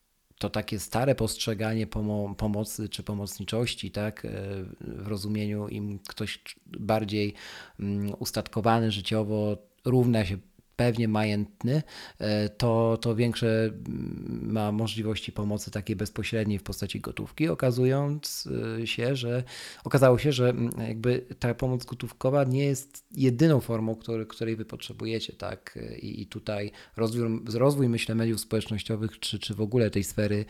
to takie stare postrzeganie pomo- pomocy czy pomocniczości, tak, e, w rozumieniu im ktoś bardziej mm, ustatkowany życiowo równa się pewnie majętny, e, to, to większe mm, ma możliwości pomocy takiej bezpośredniej w postaci gotówki, okazując e, się, że okazało się, że mm, jakby ta pomoc gotówkowa nie jest jedyną formą, który, której wy potrzebujecie, tak? I, i tutaj rozwój, rozwój, myślę, mediów społecznościowych, czy, czy w ogóle tej sfery,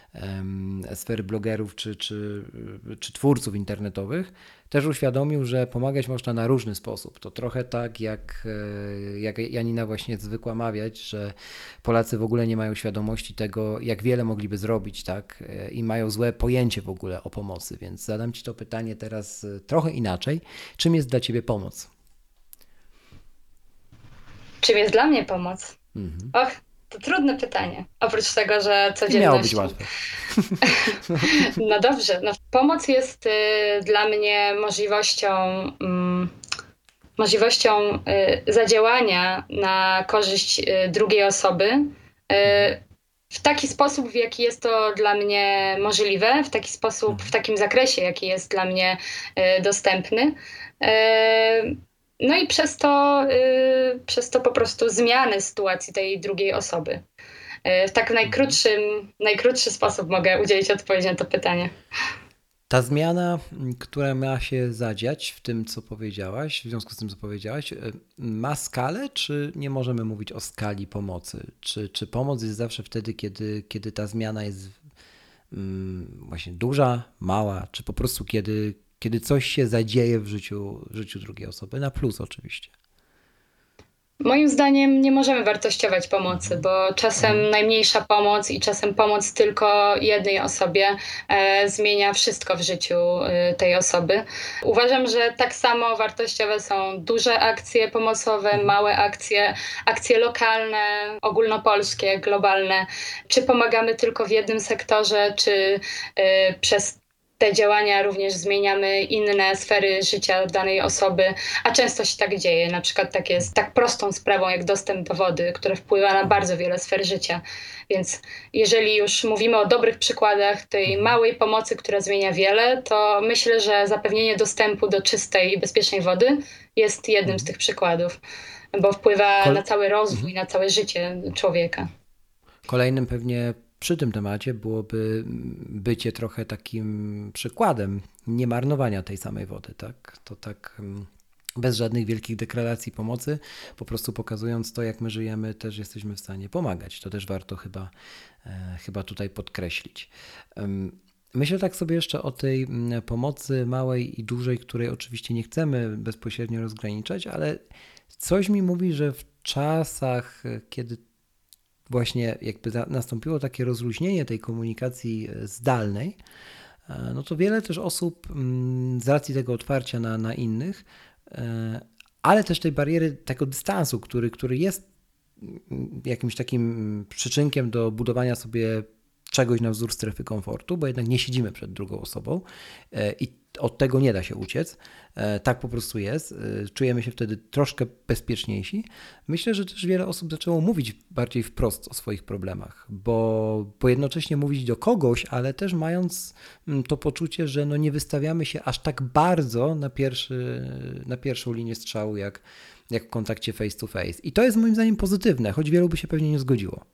em, sfery blogerów, czy, czy, czy twórców internetowych, też uświadomił, że pomagać można na różny sposób. To trochę tak, jak, e, jak Janina właśnie zwykła mawiać, że Polacy w ogóle nie mają świadomości tego, jak wiele mogliby zrobić, tak? E, I mają złe pojęcie w ogóle o pomocy. Więc zadam Ci to pytanie teraz e, trochę inaczej. Czym jest dla Ciebie pomoc? Czym jest dla mnie pomoc? Mhm. Och, to trudne pytanie. Oprócz tego, że Nie miało być codziennością. łatwe. No dobrze, no, pomoc jest y, dla mnie możliwością, mm, możliwością y, zadziałania na korzyść y, drugiej osoby y, Mhm. w taki sposób, w jaki jest to dla mnie możliwe, w taki sposób, w Mhm. takim zakresie, jaki jest dla mnie y, dostępny. Y, no i przez to, y, przez to po prostu zmianę sytuacji tej drugiej osoby. Y, w tak Mhm. najkrótszym, najkrótszy sposób mogę udzielić odpowiedzi na to pytanie. Ta zmiana, która ma się zadziać w tym, co powiedziałaś, w związku z tym, co powiedziałaś, e, ma skalę, czy nie możemy mówić o skali pomocy? Czy, czy pomoc jest zawsze wtedy, kiedy, kiedy ta zmiana jest mm, właśnie duża, mała, czy po prostu kiedy, kiedy coś się zadzieje w życiu, w życiu drugiej osoby? Na plus oczywiście. Moim zdaniem nie możemy wartościować pomocy, Mhm. bo czasem Mhm. najmniejsza pomoc i czasem pomoc tylko jednej osobie e, zmienia wszystko w życiu e, tej osoby. Uważam, że tak samo wartościowe są duże akcje pomocowe, Mhm. małe akcje, akcje lokalne, ogólnopolskie, globalne. Czy pomagamy tylko w jednym sektorze, czy e, przez te działania również zmieniamy inne sfery życia danej osoby, a często się tak dzieje. Na przykład tak jest tak prostą sprawą jak dostęp do wody, która wpływa na Mhm. bardzo wiele sfer życia. Więc jeżeli już mówimy o dobrych przykładach tej Mhm. małej pomocy, która zmienia wiele, to myślę, że zapewnienie dostępu do czystej i bezpiecznej wody jest jednym z Mhm. tych przykładów, bo wpływa na Kol- cały rozwój, mhm. na całe życie człowieka. Kolejnym pewnie przy tym temacie byłoby bycie trochę takim przykładem niemarnowania tej samej wody, tak? To tak mm, bez żadnych wielkich deklaracji pomocy, po prostu pokazując to, jak my żyjemy, też jesteśmy w stanie pomagać. To też warto chyba, e, chyba tutaj podkreślić. Em, Myślę tak sobie jeszcze o tej pomocy małej i dużej, której oczywiście nie chcemy bezpośrednio rozgraniczać, ale coś mi mówi, że w czasach, kiedy właśnie jakby nastąpiło takie rozluźnienie tej komunikacji zdalnej, no to wiele też osób z racji tego otwarcia na, na innych, ale też tej bariery, tego dystansu, który, który jest jakimś takim przyczynkiem do budowania sobie czegoś na wzór strefy komfortu, bo jednak nie siedzimy przed drugą osobą i od tego nie da się uciec. Tak po prostu jest. Czujemy się wtedy troszkę bezpieczniejsi. Myślę, że też wiele osób zaczęło mówić bardziej wprost o swoich problemach, bo, bo jednocześnie mówić do kogoś, ale też mając to poczucie, że no nie wystawiamy się aż tak bardzo na, pierwszy, na pierwszą linię strzału, jak, jak w kontakcie face to face. I to jest moim zdaniem pozytywne, choć wielu by się pewnie nie zgodziło.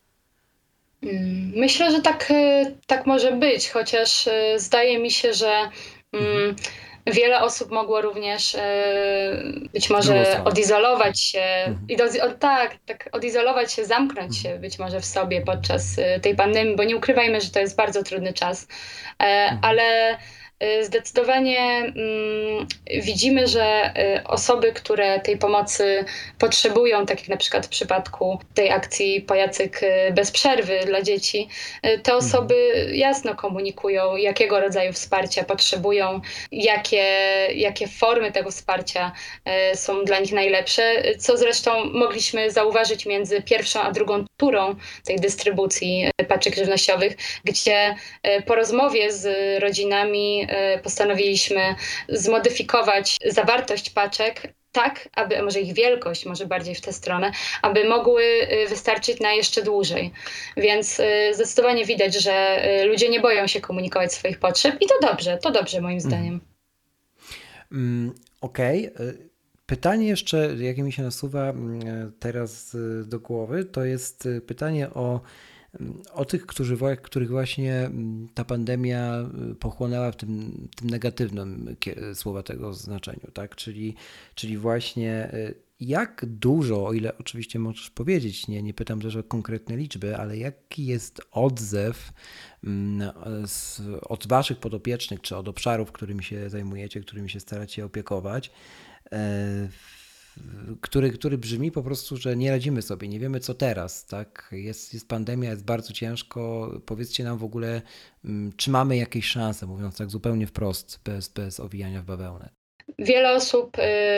Myślę, że tak, tak może być, chociaż zdaje mi się, że mm, wiele osób mogło również być może odizolować się, mhm. tak, tak, odizolować się, zamknąć mhm. się być może w sobie podczas tej pandemii, bo nie ukrywajmy, że to jest bardzo trudny czas, mhm. ale zdecydowanie mm, widzimy, że osoby, które tej pomocy potrzebują, tak jak na przykład w przypadku tej akcji Pajacyk bez przerwy dla dzieci, te osoby jasno komunikują, jakiego rodzaju wsparcia potrzebują, jakie, jakie formy tego wsparcia są dla nich najlepsze, co zresztą mogliśmy zauważyć między pierwszą a drugą turą tej dystrybucji paczek żywnościowych, gdzie po rozmowie z rodzinami postanowiliśmy zmodyfikować zawartość paczek tak, aby, może ich wielkość, może bardziej w tę stronę, aby mogły wystarczyć na jeszcze dłużej. Więc zdecydowanie widać, że ludzie nie boją się komunikować swoich potrzeb i to dobrze, to dobrze moim zdaniem. Mm, Okej. Okay. Pytanie jeszcze, jakie mi się nasuwa teraz do głowy, to jest pytanie o o tych, którzy, których właśnie ta pandemia pochłonęła w tym, tym negatywnym słowa tego znaczeniu, tak? Czyli, czyli właśnie jak dużo, o ile oczywiście możesz powiedzieć, nie, nie pytam też o konkretne liczby, ale jaki jest odzew z, od waszych podopiecznych, czy od obszarów, którymi się zajmujecie, którymi się staracie opiekować, Który, który brzmi po prostu, że nie radzimy sobie, nie wiemy co teraz, tak? Jest, jest pandemia, jest bardzo ciężko. Powiedzcie nam w ogóle, czy mamy jakieś szanse, mówiąc tak zupełnie wprost, bez, bez owijania w bawełnę. Wiele osób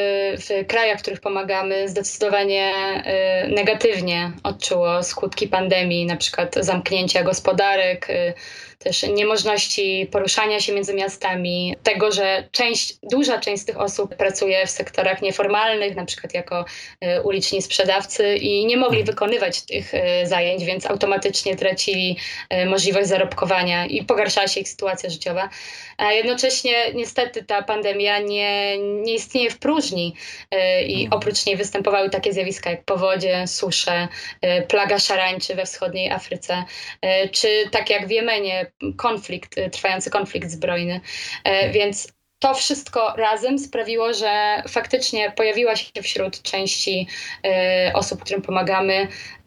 w krajach, w których pomagamy, zdecydowanie negatywnie odczuło skutki pandemii, na przykład zamknięcia gospodarek, też niemożności poruszania się między miastami, tego, że część, duża część z tych osób pracuje w sektorach nieformalnych, na przykład jako uliczni sprzedawcy i nie mogli wykonywać tych zajęć, więc automatycznie tracili możliwość zarobkowania i pogarszała się ich sytuacja życiowa. A jednocześnie niestety ta pandemia nie, nie istnieje w próżni i oprócz niej występowały takie zjawiska jak powodzie, susze, plaga szarańczy we wschodniej Afryce, czy tak jak w Jemenie, konflikt, trwający konflikt zbrojny. Więc to wszystko razem sprawiło, że faktycznie pojawiła się wśród części osób, którym pomagamy,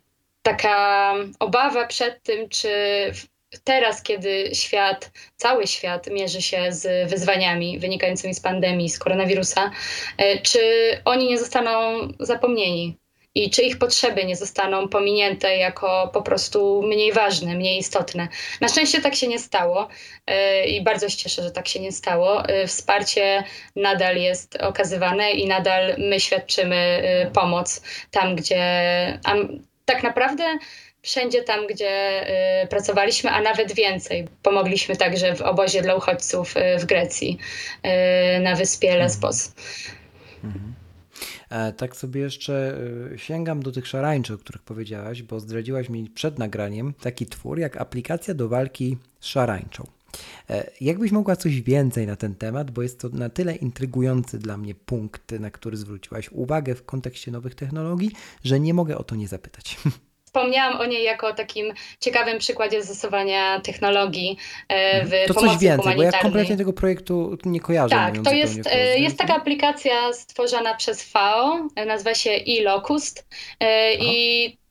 taka obawa przed tym, czy teraz, kiedy świat, cały świat mierzy się z wyzwaniami wynikającymi z pandemii, z koronawirusa, czy oni nie zostaną zapomnieni i czy ich potrzeby nie zostaną pominięte jako po prostu mniej ważne, mniej istotne. Na szczęście tak się nie stało i bardzo się cieszę, że tak się nie stało. Wsparcie nadal jest okazywane i nadal my świadczymy pomoc tam, gdzie a tak naprawdę wszędzie tam, gdzie y, pracowaliśmy, a nawet więcej. Pomogliśmy także w obozie dla uchodźców y, w Grecji, y, na wyspie Lesbos. Mhm. E, tak sobie jeszcze y, sięgam do tych szarańczy, o których powiedziałaś, bo zdradziłaś mi przed nagraniem taki twór jak aplikacja do walki z szarańczą. E, jakbyś mogła coś więcej na ten temat, bo jest to na tyle intrygujący dla mnie punkt, na który zwróciłaś uwagę w kontekście nowych technologii, że nie mogę o to nie zapytać. Wspomniałam o niej jako takim ciekawym przykładzie zastosowania technologii w to pomocy coś więcej, humanitarnej. Bo ja kompletnie tego projektu nie kojarzę. Tak, to jest, jest taka aplikacja stworzona przez F A O, nazywa się e-Locust mhm. i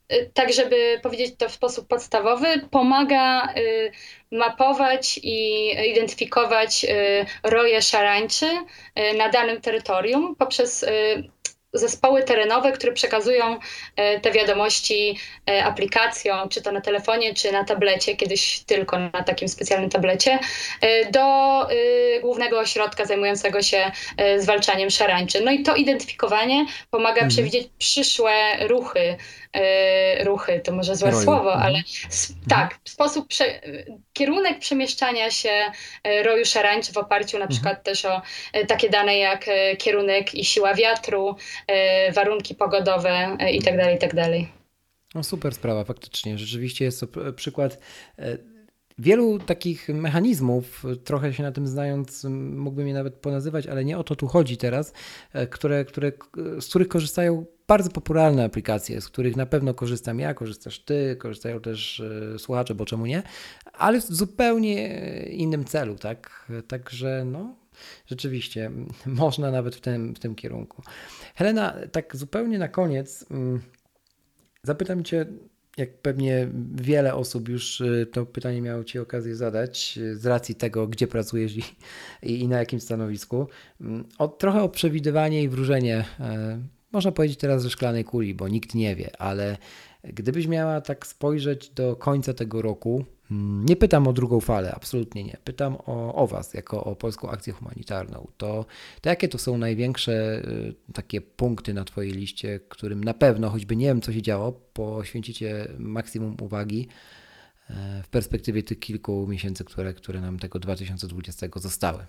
tak żeby powiedzieć to w sposób podstawowy, pomaga mapować i identyfikować roje szarańczy na danym terytorium poprzez zespoły terenowe, które przekazują te wiadomości aplikacją, czy to na telefonie, czy na tablecie, kiedyś tylko na takim specjalnym tablecie, do głównego ośrodka zajmującego się zwalczaniem szarańczy. No i to identyfikowanie pomaga mhm. przewidzieć przyszłe ruchy, ruchy, to może złe Roju. słowo, mhm. ale mhm. tak, sposób, prze, kierunek przemieszczania się roju szarańczy w oparciu na mhm. przykład też o takie dane jak kierunek i siła wiatru, warunki pogodowe i tak dalej, i tak dalej. No super sprawa, faktycznie. Rzeczywiście jest to przykład wielu takich mechanizmów, trochę się na tym znając, mógłbym je nawet ponazywać, ale nie o to tu chodzi teraz, które, które, z których korzystają bardzo popularne aplikacje, z których na pewno korzystam ja, korzystasz ty, korzystają też słuchacze, bo czemu nie, ale w zupełnie innym celu, tak? Także no, rzeczywiście można nawet w tym, w tym kierunku. Helena, tak zupełnie na koniec zapytam cię, jak pewnie wiele osób już to pytanie miało ci okazję zadać z racji tego, gdzie pracujesz i, i na jakim stanowisku. O, trochę o przewidywanie i wróżenie. Można powiedzieć teraz ze szklanej kuli, bo nikt nie wie, ale gdybyś miała tak spojrzeć do końca tego roku, nie pytam o drugą falę, absolutnie nie. Pytam o, o was, jako o Polską Akcję Humanitarną. To, to jakie to są największe takie punkty na twojej liście, którym na pewno, choćby nie wiem, co się działo, poświęcicie maksimum uwagi w perspektywie tych kilku miesięcy, które, które nam tego dwa tysiące dwudziestego zostały?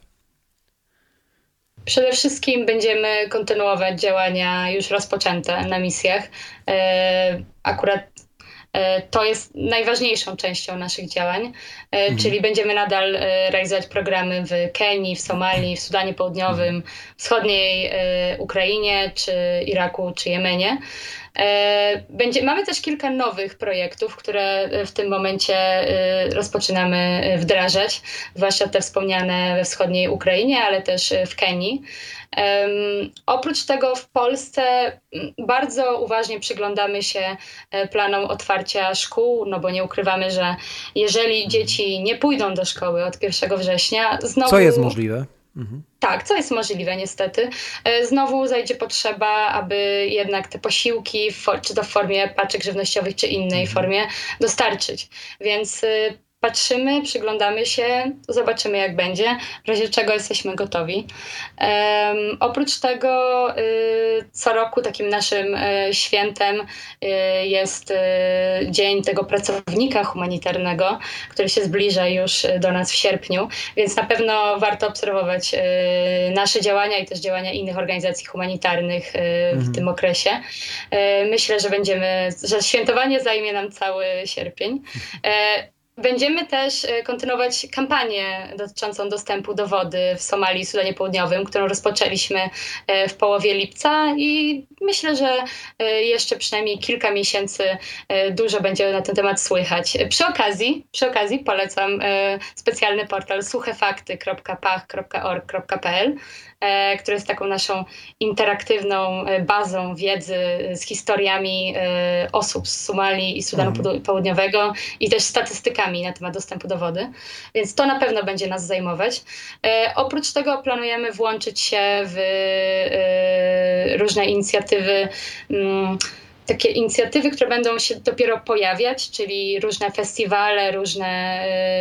Przede wszystkim będziemy kontynuować działania już rozpoczęte na misjach. Akurat to jest najważniejszą częścią naszych działań, mhm. czyli będziemy nadal realizować programy w Kenii, w Somalii, w Sudanie Południowym, wschodniej Ukrainie, czy Iraku, czy Jemenie. Będzie, mamy też kilka nowych projektów, które w tym momencie rozpoczynamy wdrażać, zwłaszcza te wspomniane we wschodniej Ukrainie, ale też w Kenii. Um, oprócz tego w Polsce bardzo uważnie przyglądamy się planom otwarcia szkół, no bo nie ukrywamy, że jeżeli dzieci nie pójdą do szkoły od pierwszego września, znowu... Co jest możliwe? Mhm. Tak, co jest możliwe niestety. Znowu zajdzie potrzeba, aby jednak te posiłki, czy to w formie paczek żywnościowych, czy innej mhm. formie dostarczyć. Więc patrzymy, przyglądamy się, zobaczymy jak będzie, w razie czego jesteśmy gotowi. Um, oprócz tego y, co roku takim naszym y, świętem y, jest y, Dzień tego pracownika humanitarnego, który się zbliża już do nas w sierpniu, więc na pewno warto obserwować y, nasze działania i też działania innych organizacji humanitarnych y, w mhm. tym okresie. Y, myślę, że będziemy, że świętowanie zajmie nam cały sierpień. Y, Będziemy też kontynuować kampanię dotyczącą dostępu do wody w Somalii i Sudanie Południowym, którą rozpoczęliśmy w połowie lipca i myślę, że jeszcze przynajmniej kilka miesięcy dużo będzie na ten temat słychać. Przy okazji, przy okazji polecam specjalny portal suchefakty kropka pach kropka org kropka pl, który jest taką naszą interaktywną bazą wiedzy z historiami osób z Somalii i Sudanu mhm. Południowego i też statystykami na temat dostępu do wody, więc to na pewno będzie nas zajmować. Oprócz tego planujemy włączyć się w różne inicjatywy, takie inicjatywy, które będą się dopiero pojawiać, czyli różne festiwale, różne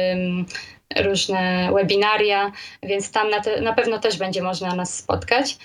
różne webinaria, więc tam na, te, na pewno też będzie można nas spotkać.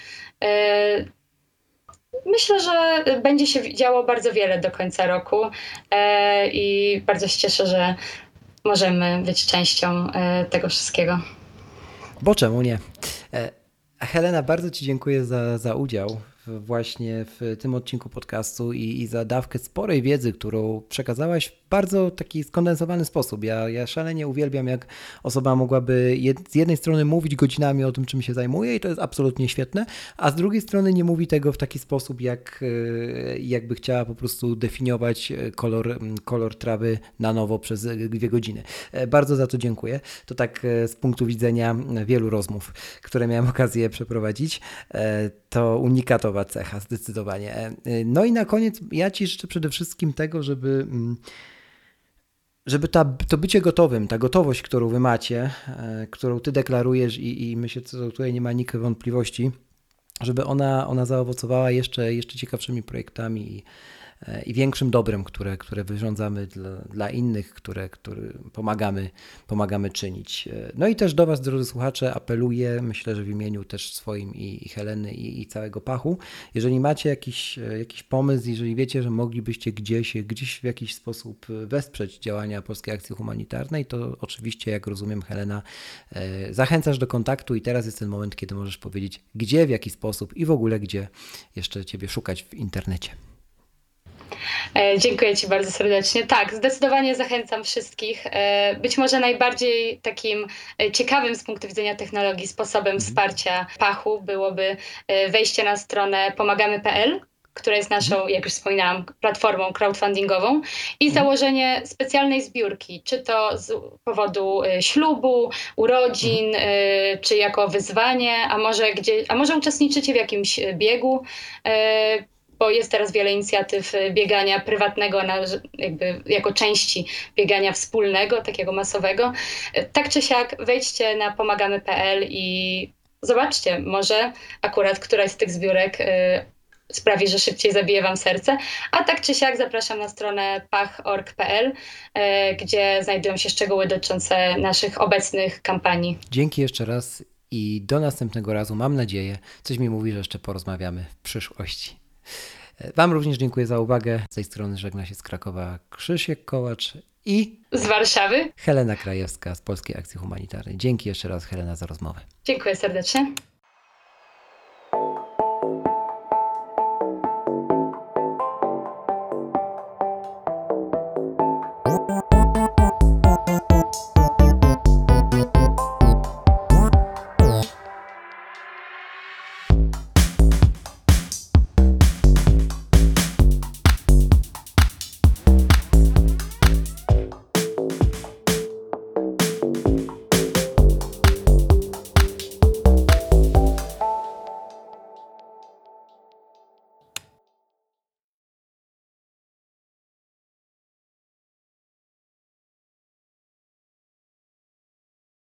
Myślę, że będzie się działo bardzo wiele do końca roku i bardzo się cieszę, że możemy być częścią tego wszystkiego. Bo czemu nie? Helena, bardzo ci dziękuję za, za udział właśnie w tym odcinku podcastu i, i za dawkę sporej wiedzy, którą przekazałaś w bardzo taki skondensowany sposób. Ja, ja szalenie uwielbiam, jak osoba mogłaby jed, z jednej strony mówić godzinami o tym, czym się zajmuje i to jest absolutnie świetne, a z drugiej strony nie mówi tego w taki sposób, jak, jakby chciała po prostu definiować kolor, kolor trawy na nowo przez dwie godziny. Bardzo za to dziękuję. To tak z punktu widzenia wielu rozmów, które miałem okazję przeprowadzić. To unikatowa cecha, zdecydowanie. No i na koniec ja Ci życzę przede wszystkim tego, żeby, żeby ta, to bycie gotowym, ta gotowość, którą Wy macie, którą Ty deklarujesz i, i myślę, że tutaj nie ma nikt wątpliwości, żeby ona, ona zaowocowała jeszcze, jeszcze ciekawszymi projektami i, i większym dobrem, które, które wyrządzamy dla, dla innych, które, które pomagamy, pomagamy czynić. No i też do Was, drodzy słuchacze, apeluję, myślę, że w imieniu też swoim i, i Heleny i, i całego Pachu, jeżeli macie jakiś, jakiś pomysł, jeżeli wiecie, że moglibyście gdzieś, gdzieś w jakiś sposób wesprzeć działania Polskiej Akcji Humanitarnej, to oczywiście, jak rozumiem, Helena, zachęcasz do kontaktu i teraz jest ten moment, kiedy możesz powiedzieć, gdzie, w jaki sposób i w ogóle gdzie jeszcze Ciebie szukać w internecie. Dziękuję Ci bardzo serdecznie. Tak, zdecydowanie zachęcam wszystkich. Być może najbardziej takim ciekawym z punktu widzenia technologii sposobem mhm. wsparcia Pachu byłoby wejście na stronę pomagamy kropka p l, która jest naszą, mhm. jak już wspominałam, platformą crowdfundingową i mhm. założenie specjalnej zbiórki, czy to z powodu ślubu, urodzin, mhm. czy jako wyzwanie, a może, gdzie, a może uczestniczycie w jakimś biegu, bo jest teraz wiele inicjatyw biegania prywatnego na, jakby jako części biegania wspólnego, takiego masowego. Tak czy siak wejdźcie na pomagamy kropka p l i zobaczcie, może akurat któraś z tych zbiórek sprawi, że szybciej zabije Wam serce, a tak czy siak zapraszam na stronę pach kropka org kropka p l, gdzie znajdują się szczegóły dotyczące naszych obecnych kampanii. Dzięki jeszcze raz i do następnego razu, mam nadzieję. Coś mi mówi, że jeszcze porozmawiamy w przyszłości. Wam również dziękuję za uwagę. Z tej strony żegna się z Krakowa Krzysiek Kołacz i z Warszawy Helena Krajewska z Polskiej Akcji Humanitarnej. Dzięki jeszcze raz, Helena, za rozmowę. Dziękuję serdecznie.